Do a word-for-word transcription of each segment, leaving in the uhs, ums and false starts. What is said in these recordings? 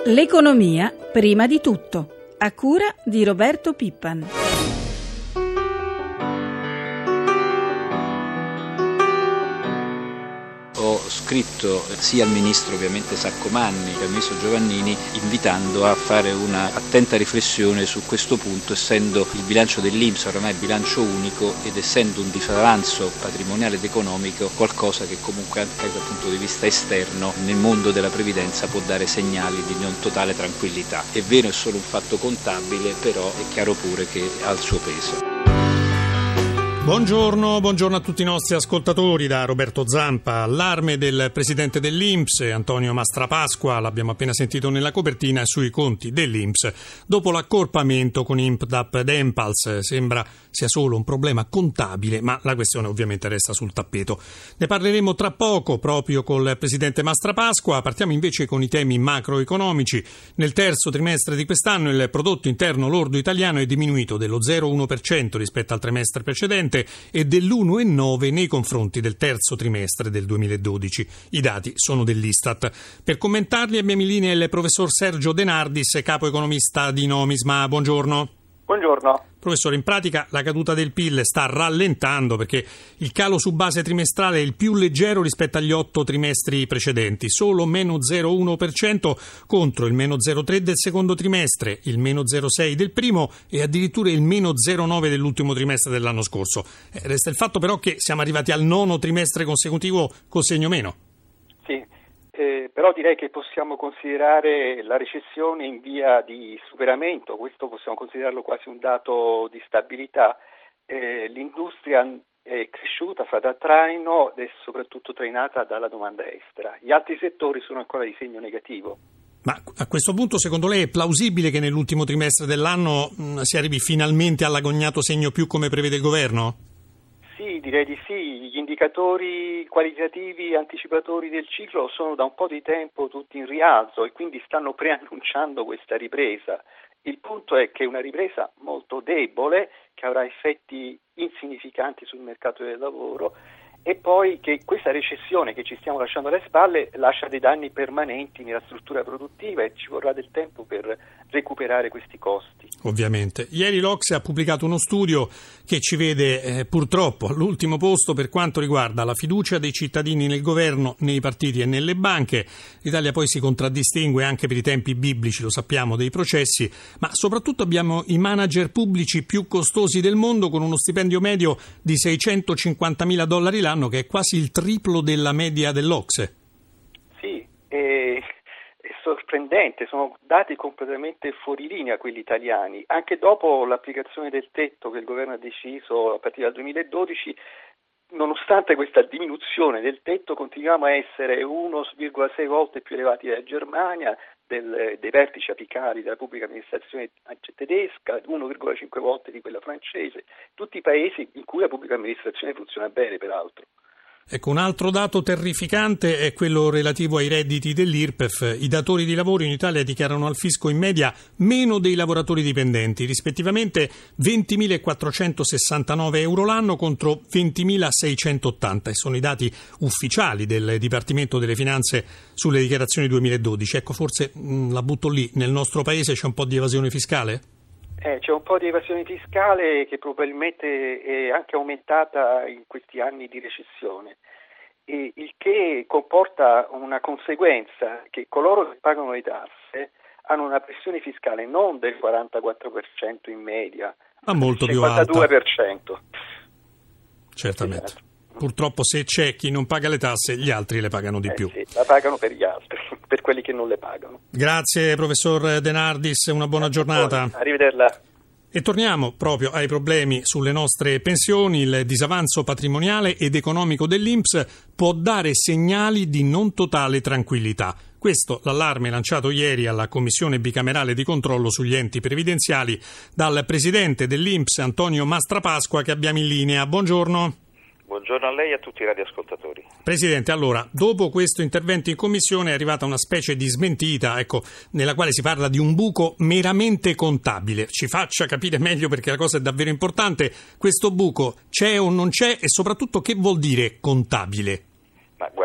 L'economia prima di tutto, a cura di Roberto Pippan. Ho scritto sia al ministro ovviamente Saccomanni che al ministro Giovannini invitando a fare una attenta riflessione su questo punto, essendo il bilancio dell'I N P S oramai bilancio unico ed essendo un disavanzo patrimoniale ed economico qualcosa che comunque anche dal punto di vista esterno nel mondo della previdenza può dare segnali di non totale tranquillità. È vero, è solo un fatto contabile, però è chiaro pure che ha il suo peso. Buongiorno, buongiorno a tutti i nostri ascoltatori da Roberto Zampa. Allarme del presidente dell'I N P S, Antonio Mastrapasqua, l'abbiamo appena sentito nella copertina, sui conti dell'I N P S. Dopo l'accorpamento con I N P D A P ed Enpals sembra sia solo un problema contabile, ma la questione ovviamente resta sul tappeto. Ne parleremo tra poco proprio col presidente Mastrapasqua. Partiamo invece con i temi macroeconomici. Nel terzo trimestre di quest'anno il prodotto interno lordo italiano è diminuito dello zero virgola uno per cento rispetto al trimestre precedente e dell'uno virgola nove per cento nei confronti del terzo trimestre del duemiladodici. I dati sono dell'Istat. Per commentarli abbiamo in linea il professor Sergio De Nardis, capo economista di Nomisma. Buongiorno. Buongiorno. Professore, in pratica la caduta del P I L sta rallentando perché il calo su base trimestrale è il più leggero rispetto agli otto trimestri precedenti, solo meno zero virgola uno per cento contro il meno zero virgola tre per cento del secondo trimestre, il meno zero virgola sei per cento del primo e addirittura il meno zero virgola nove per cento dell'ultimo trimestre dell'anno scorso. Eh, resta il fatto però che siamo arrivati al nono trimestre consecutivo col segno meno. Sì, eh, però direi che possiamo considerare la recessione in via di superamento, questo possiamo considerarlo quasi un dato di stabilità. Eh, l'industria è cresciuta, fa da traino ed è soprattutto trainata dalla domanda estera. Gli altri settori sono ancora di segno negativo. Ma a questo punto secondo lei è plausibile che nell'ultimo trimestre dell'anno mh, si arrivi finalmente all'agognato segno più come prevede il governo? Sì, direi di sì. Gli indicatori qualitativi anticipatori del ciclo sono da un po' di tempo tutti in rialzo e quindi stanno preannunciando questa ripresa. Il punto è che è una ripresa molto debole, che avrà effetti insignificanti sul mercato del lavoro, e poi che questa recessione che ci stiamo lasciando alle spalle lascia dei danni permanenti nella struttura produttiva e ci vorrà del tempo per recuperare questi costi. Ovviamente. Ieri l'O C S E ha pubblicato uno studio che ci vede eh, purtroppo all'ultimo posto per quanto riguarda la fiducia dei cittadini nel governo, nei partiti e nelle banche. L'Italia poi si contraddistingue anche per i tempi biblici, lo sappiamo, dei processi, ma soprattutto abbiamo i manager pubblici più costosi del mondo con uno stipendio medio di seicentocinquantamila dollari l'anno, che è quasi il triplo della media dell'O C S E. Sì, è, è sorprendente, sono dati completamente fuori linea quelli italiani. Anche dopo l'applicazione del tetto che il governo ha deciso a partire dal duemiladodici, nonostante questa diminuzione del tetto continuiamo a essere uno virgola sei volte più elevati della Germania, del, dei vertici apicali della pubblica amministrazione tedesca, uno virgola cinque volte di quella francese, tutti i paesi in cui la pubblica amministrazione funziona bene, peraltro. Ecco, un altro dato terrificante è quello relativo ai redditi dell'I R P E F. I datori di lavoro in Italia dichiarano al fisco in media meno dei lavoratori dipendenti, rispettivamente ventimilaquattrocentosessantanove euro l'anno contro ventimilaseicentottanta, e sono i dati ufficiali del Dipartimento delle Finanze sulle dichiarazioni duemiladodici. Ecco, forse mh, la butto lì, nel nostro paese c'è un po' di evasione fiscale? Eh, c'è un po' di evasione fiscale che probabilmente è anche aumentata in questi anni di recessione, e il che comporta una conseguenza, che coloro che pagano le tasse hanno una pressione fiscale non del quarantaquattro per cento in media, ma molto più alta. cinquantadue per cento. Certamente. Esatto. Purtroppo se c'è chi non paga le tasse, gli altri le pagano di eh più. Sì, la pagano per gli altri, per quelli che non le pagano. Grazie professor De Nardis, una buona giornata. Arrivederla. E torniamo proprio ai problemi sulle nostre pensioni. Il disavanzo patrimoniale ed economico dell'I N P S può dare segnali di non totale tranquillità. Questo l'allarme lanciato ieri alla Commissione bicamerale di controllo sugli enti previdenziali dal presidente dell'I N P S Antonio Mastrapasqua, che abbiamo in linea. Buongiorno. Buongiorno a lei e a tutti i radioascoltatori. Presidente, allora, dopo questo intervento in Commissione è arrivata una specie di smentita, ecco, nella quale si parla di un buco meramente contabile. Ci faccia capire meglio, perché la cosa è davvero importante. Questo buco c'è o non c'è, e soprattutto che vuol dire contabile? Ma guardi, in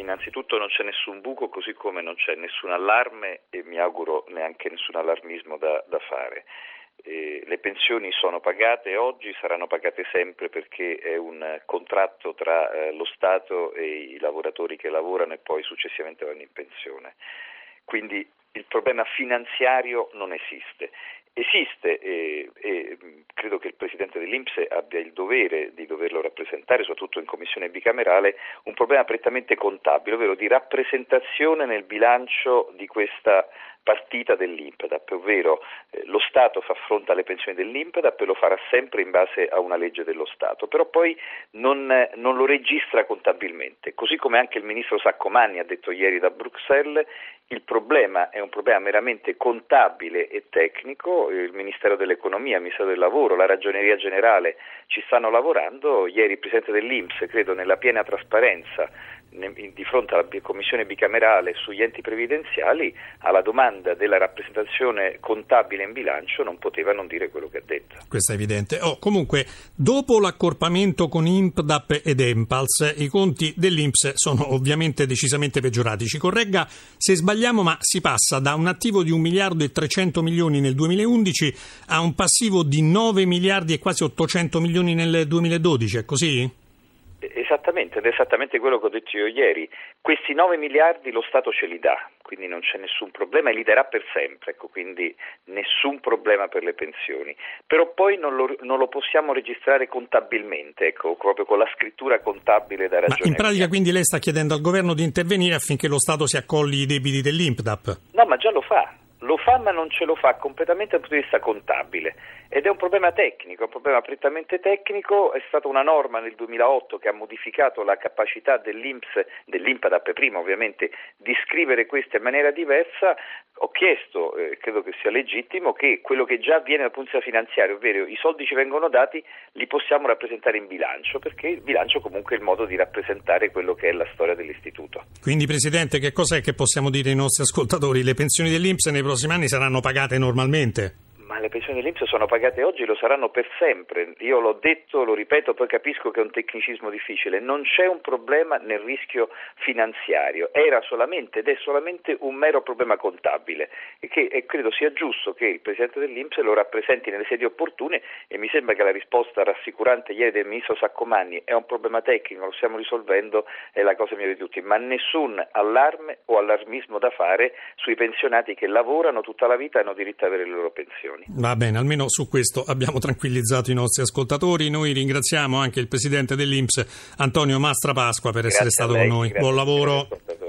innanzitutto non c'è nessun buco, così come non c'è nessun allarme e mi auguro neanche nessun allarmismo da, da fare. Eh, le pensioni sono pagate oggi, saranno pagate sempre perché è un contratto tra eh, lo Stato e i lavoratori che lavorano e poi successivamente vanno in pensione. Quindi il problema finanziario non esiste. Esiste e, e credo che il Presidente dell'I N P S abbia il dovere di doverlo rappresentare, soprattutto in commissione bicamerale, un problema prettamente contabile, ovvero di rappresentazione nel bilancio di questa partita dell'Impedap, ovvero eh, lo Stato fa fronte alle pensioni dell'Impedap e lo farà sempre in base a una legge dello Stato, però poi non, eh, non lo registra contabilmente, così come anche il ministro Saccomanni ha detto ieri da Bruxelles. Il problema è un problema meramente contabile e tecnico, il Ministero dell'Economia, il Ministero del Lavoro, la Ragioneria Generale ci stanno lavorando. Ieri il Presidente dell'I N P S, credo nella piena trasparenza, di fronte alla commissione bicamerale sugli enti previdenziali, alla domanda della rappresentazione contabile in bilancio non poteva non dire quello che ha detto. Questo è evidente. Oh, comunque, dopo l'accorpamento con Impdap ed Empals, i conti dell'I N P S sono ovviamente decisamente peggiorati. Ci corregga se sbagliamo, ma si passa da un attivo di un miliardo e trecento milioni nel duemilaundici a un passivo di nove miliardi e quasi ottocento milioni nel duemiladodici, è così? Esattamente, ed è esattamente quello che ho detto io ieri. Questi nove miliardi lo Stato ce li dà, quindi non c'è nessun problema e li darà per sempre, ecco, quindi nessun problema per le pensioni. Però poi non lo, non lo possiamo registrare contabilmente, ecco, proprio con la scrittura contabile da ragioneria. Ma in pratica quindi lei sta chiedendo al governo di intervenire affinché lo Stato si accolli i debiti dell'Impdap? No, ma già lo fa. Lo fa ma non ce lo fa completamente dal punto di vista contabile ed è un problema tecnico, un problema prettamente tecnico. È stata una norma nel duemilaotto che ha modificato la capacità dell'I N P S, dell'Impdap prima ovviamente, di scrivere questo in maniera diversa. Ho chiesto, eh, credo che sia legittimo, che quello che già avviene dal punto di vista finanziario, ovvero i soldi ci vengono dati, li possiamo rappresentare in bilancio, perché il bilancio comunque è il modo di rappresentare quello che è la storia dell'istituto. Quindi Presidente, che cos'è che possiamo dire ai nostri ascoltatori? Le pensioni dell'I N P S nei prossimi anni saranno pagate normalmente? Ma le pensioni dell'I N P S sono pagate oggi, lo saranno per sempre. Io l'ho detto, lo ripeto, poi capisco che è un tecnicismo difficile. Non c'è un problema nel rischio finanziario, era solamente ed è solamente un mero problema contabile e che e credo sia giusto che il Presidente dell'I N P S lo rappresenti nelle sedi opportune e mi sembra che la risposta rassicurante ieri del Ministro Saccomanni è un problema tecnico, lo stiamo risolvendo, è la cosa migliore di tutti, ma nessun allarme o allarmismo da fare sui pensionati che lavorano tutta la vita e hanno diritto ad avere le loro pensioni. Va bene, almeno su questo abbiamo tranquillizzato i nostri ascoltatori. Noi ringraziamo anche il Presidente dell'I N P S, Antonio Mastrapasqua, per Grazie essere stato lei, con noi. grazie, Buon lavoro.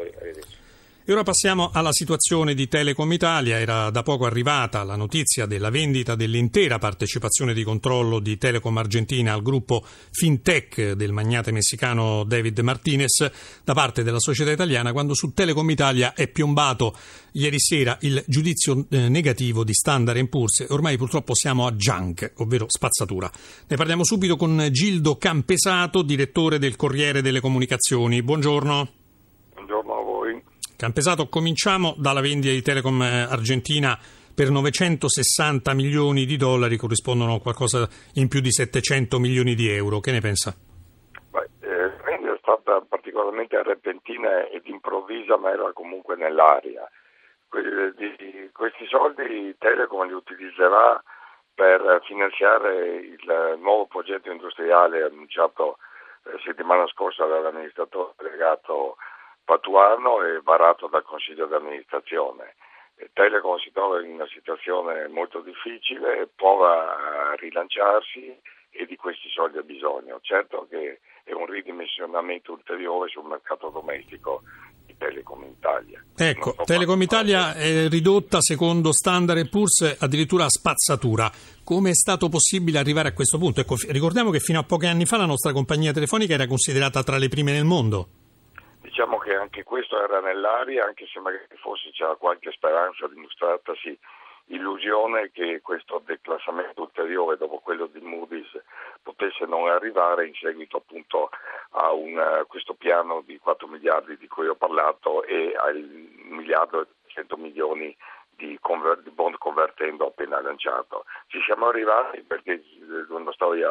E ora passiamo alla situazione di Telecom Italia. Era da poco arrivata la notizia della vendita dell'intera partecipazione di controllo di Telecom Argentina al gruppo FinTech del magnate messicano David Martinez da parte della società italiana, quando su Telecom Italia è piombato ieri sera il giudizio eh, negativo di Standard and Poor's. Ormai purtroppo siamo a junk, ovvero spazzatura. Ne parliamo subito con Gildo Campesato, direttore del Corriere delle Comunicazioni. Buongiorno. Buongiorno a voi. Campesato, cominciamo dalla vendita di Telecom Argentina per novecentosessanta milioni di dollari, corrispondono a qualcosa in più di settecento milioni di euro. Che ne pensa? Beh, eh, la vendita è stata particolarmente repentina ed improvvisa, ma era comunque nell'aria. Que- di questi soldi Telecom li utilizzerà per finanziare il nuovo progetto industriale annunciato eh, settimana scorsa dall'amministratore delegato Patuano e varato dal Consiglio di amministrazione. Telecom si trova in una situazione molto difficile, prova a rilanciarsi e di questi soldi ha bisogno. Certo che è un ridimensionamento ulteriore sul mercato domestico di Telecom Italia. Ecco, Telecom Italia è ridotta secondo Standard and Poor's addirittura a spazzatura. Come è stato possibile arrivare a questo punto? Ecco, ricordiamo che fino a pochi anni fa la nostra compagnia telefonica era considerata tra le prime nel mondo. Diciamo che anche questo era nell'aria, anche se magari forse c'era qualche speranza dimostratasi illusione che questo declassamento ulteriore dopo quello di Moody's potesse non arrivare in seguito appunto a un, uh, questo piano di quattro miliardi di cui ho parlato e al miliardo e cento milioni di, conver- di bond convertendo appena lanciato. Ci siamo arrivati perché è una storia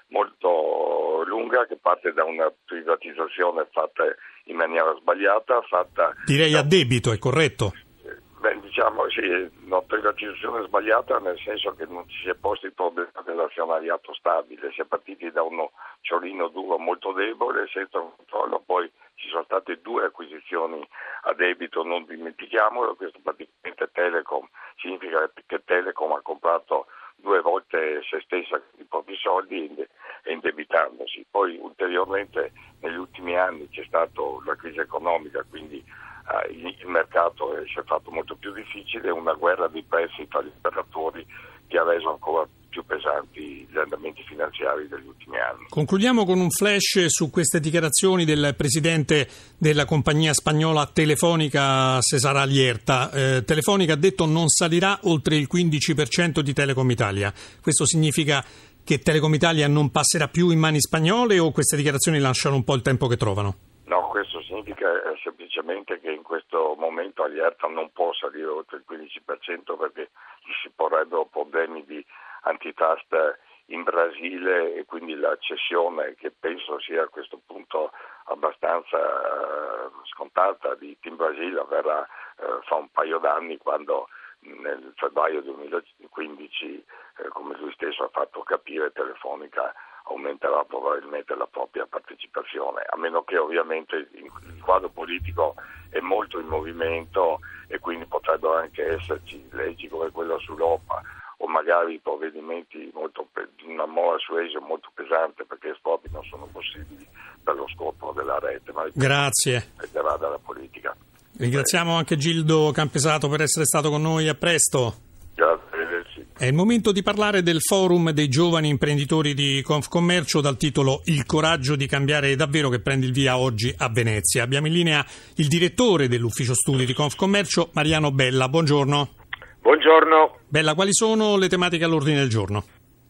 molto lunga che parte da una privatizzazione fatta in maniera sbagliata, fatta direi a debito, è corretto? Beh, diciamo sì, una privatizzazione sbagliata nel senso che non ci si è posto il problema dell'azionariato stabile, si è partiti da uno ciolino duro molto debole, senza controllo, poi ci sono state due acquisizioni a debito, non dimentichiamolo, questo praticamente Telecom, significa che Telecom ha comprato due volte se stessa i propri soldi e indebitandosi. Poi ulteriormente negli ultimi anni c'è stata la crisi economica, quindi eh, il mercato si è fatto molto più difficile, una guerra di prezzi tra gli operatori che ha reso ancora più pesanti gli andamenti finanziari degli ultimi anni. Concludiamo con un flash su queste dichiarazioni del presidente della compagnia spagnola Telefonica, César Alierta. Eh, Telefonica ha detto non salirà oltre il quindici per cento di Telecom Italia. Questo significa che Telecom Italia non passerà più in mani spagnole o queste dichiarazioni lasciano un po' il tempo che trovano? No, questo significa semplicemente che in questo momento Alierta non può salire oltre il quindici per cento perché gli si porrebbero problemi di antitrust in Brasile e quindi la cessione, che penso sia a questo punto abbastanza uh, scontata, di Team Brasile avverrà uh, fra un paio d'anni, quando nel febbraio duemilaquindici, eh, come lui stesso ha fatto capire, Telefonica aumenterà probabilmente la propria partecipazione, a meno che ovviamente il quadro politico è molto in movimento e quindi potrebbero anche esserci leggi come quella sull'Opa o magari provvedimenti molto di una mola suesia molto pesante, perché esporti non sono possibili per lo scopo della rete. Ma grazie. Dipenderà dalla politica. Ringraziamo anche Gildo Campesato per essere stato con noi, a presto. Grazie. È il momento di parlare del forum dei giovani imprenditori di Confcommercio dal titolo Il coraggio di cambiare davvero, che prende il via oggi a Venezia. Abbiamo in linea il direttore dell'ufficio studi di Confcommercio, Mariano Bella. Buongiorno. Buongiorno. Bella, quali sono le tematiche all'ordine del giorno?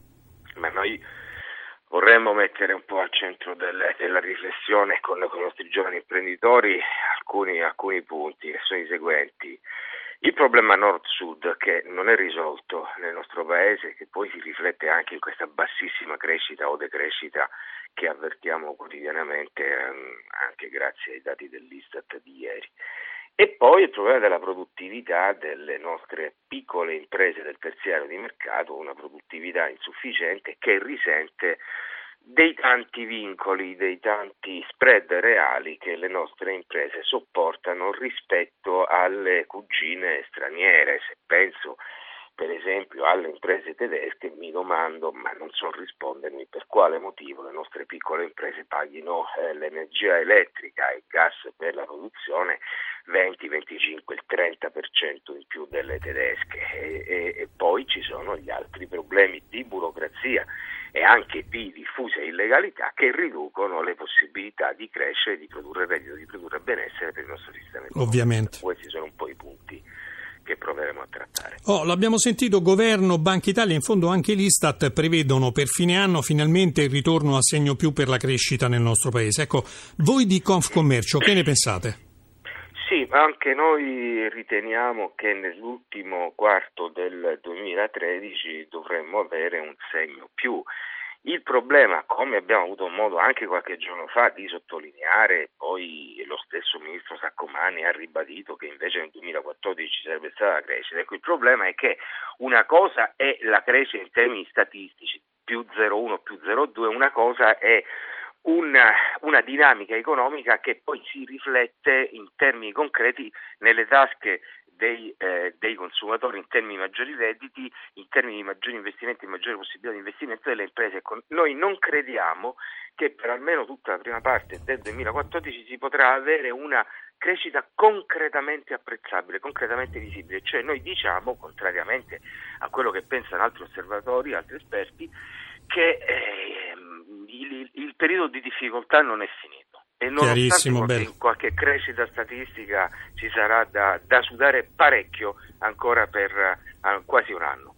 Ma noi vorremmo mettere un po' al centro delle, della riflessione con, con i nostri giovani imprenditori alcuni, alcuni punti, che sono i seguenti. Il problema nord-sud, che non è risolto nel nostro paese, che poi si riflette anche in questa bassissima crescita o decrescita che avvertiamo quotidianamente, ehm, anche grazie ai dati dell'Istat di ieri. E poi il problema della produttività delle nostre piccole imprese del terziario di mercato, una produttività insufficiente che risente dei tanti vincoli, dei tanti spread reali che le nostre imprese sopportano rispetto alle cugine straniere. Se penso per esempio alle imprese tedesche, mi domando, ma non so rispondermi, per quale motivo le nostre piccole imprese paghino eh, l'energia elettrica e il gas per la produzione venti, venticinque, il trenta per cento in più delle tedesche. E, e, e poi ci sono gli altri problemi di burocrazia e anche di diffusa illegalità che riducono le possibilità di crescere, di produrre reddito, di produrre benessere per il nostro sistema economico. Ovviamente. Questi sono un po' i punti che proveremo a trattare. Oh, l'abbiamo sentito, governo, Banca Italia, in fondo anche l'Istat prevedono per fine anno finalmente il ritorno a segno più per la crescita nel nostro paese. Ecco, voi di Confcommercio che ne pensate? Sì, anche noi riteniamo che nell'ultimo quarto del duemilatredici dovremmo avere un segno più. Il problema, come abbiamo avuto modo anche qualche giorno fa di sottolineare, poi lo stesso ministro Saccomanni ha ribadito che invece nel duemilaquattordici sarebbe stata la crescita. Ecco, il problema è che una cosa è la crescita in termini statistici, più zero virgola uno, più zero virgola due, una cosa è Una, una dinamica economica che poi si riflette in termini concreti nelle tasche dei, eh, dei consumatori, in termini di maggiori redditi, in termini di maggiori investimenti, in maggiori possibilità di investimento delle imprese. Noi non crediamo che per almeno tutta la prima parte del duemilaquattordici si potrà avere una crescita concretamente apprezzabile, concretamente visibile. Cioè noi diciamo, contrariamente a quello che pensano altri osservatori, altri esperti, che eh, il, il periodo di difficoltà non è finito e nonostante qualche, qualche crescita statistica ci sarà da, da sudare parecchio ancora per uh, quasi un anno.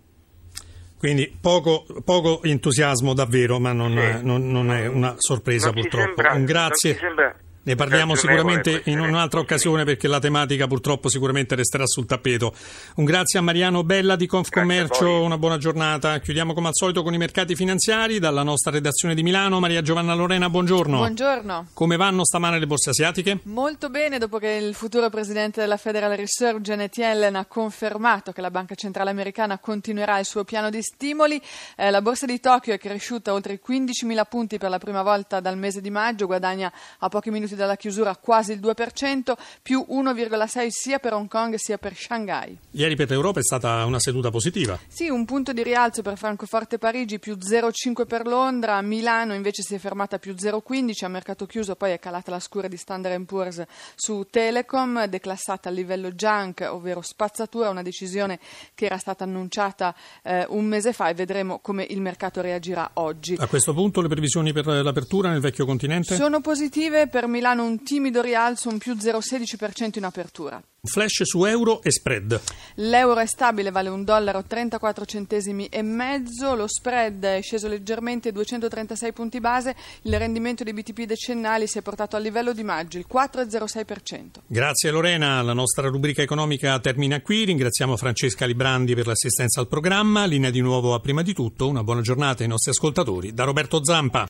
Quindi poco, poco entusiasmo davvero, ma non, sì. non, non è una sorpresa non purtroppo. Sembra, un grazie. Non ci sembra Ne parliamo sicuramente in un'altra occasione, perché la tematica purtroppo sicuramente resterà sul tappeto. Un grazie a Mariano Bella di Confcommercio, una buona giornata. Chiudiamo come al solito con i mercati finanziari dalla nostra redazione di Milano. Maria Giovanna Lorena, buongiorno. Buongiorno. Come vanno stamane le borse asiatiche? Molto bene, dopo che il futuro presidente della Federal Reserve, Janet Yellen, ha confermato che la Banca Centrale Americana continuerà il suo piano di stimoli. Eh, la borsa di Tokyo è cresciuta oltre i quindicimila punti per la prima volta dal mese di maggio, guadagna a pochi minuti dalla chiusura quasi il due per cento, più uno virgola sei sia per Hong Kong sia per Shanghai. Ieri per l'Europa è stata una seduta positiva. Sì, un punto di rialzo per Francoforte e Parigi, più zero virgola cinque per Londra. Milano invece si è fermata più zero virgola quindici, a mercato chiuso poi è calata la scure di Standard and Poor's su Telecom, declassata a livello junk, ovvero spazzatura, una decisione che era stata annunciata eh, un mese fa, e vedremo come il mercato reagirà oggi. A questo punto le previsioni per l'apertura nel vecchio continente? Sono positive, per Milano un timido rialzo, un più zero virgola sedici per cento in apertura. Flash su euro e spread. L'euro è stabile, vale un dollaro trentaquattro centesimi e mezzo, lo spread è sceso leggermente, duecentotrentasei punti base, il rendimento dei B T P decennali si è portato al livello di maggio, il quattro virgola zero sei per cento. Grazie Lorena, la nostra rubrica economica termina qui, ringraziamo Francesca Librandi per l'assistenza al programma, linea di nuovo a Prima di Tutto, una buona giornata ai nostri ascoltatori, da Roberto Zampa.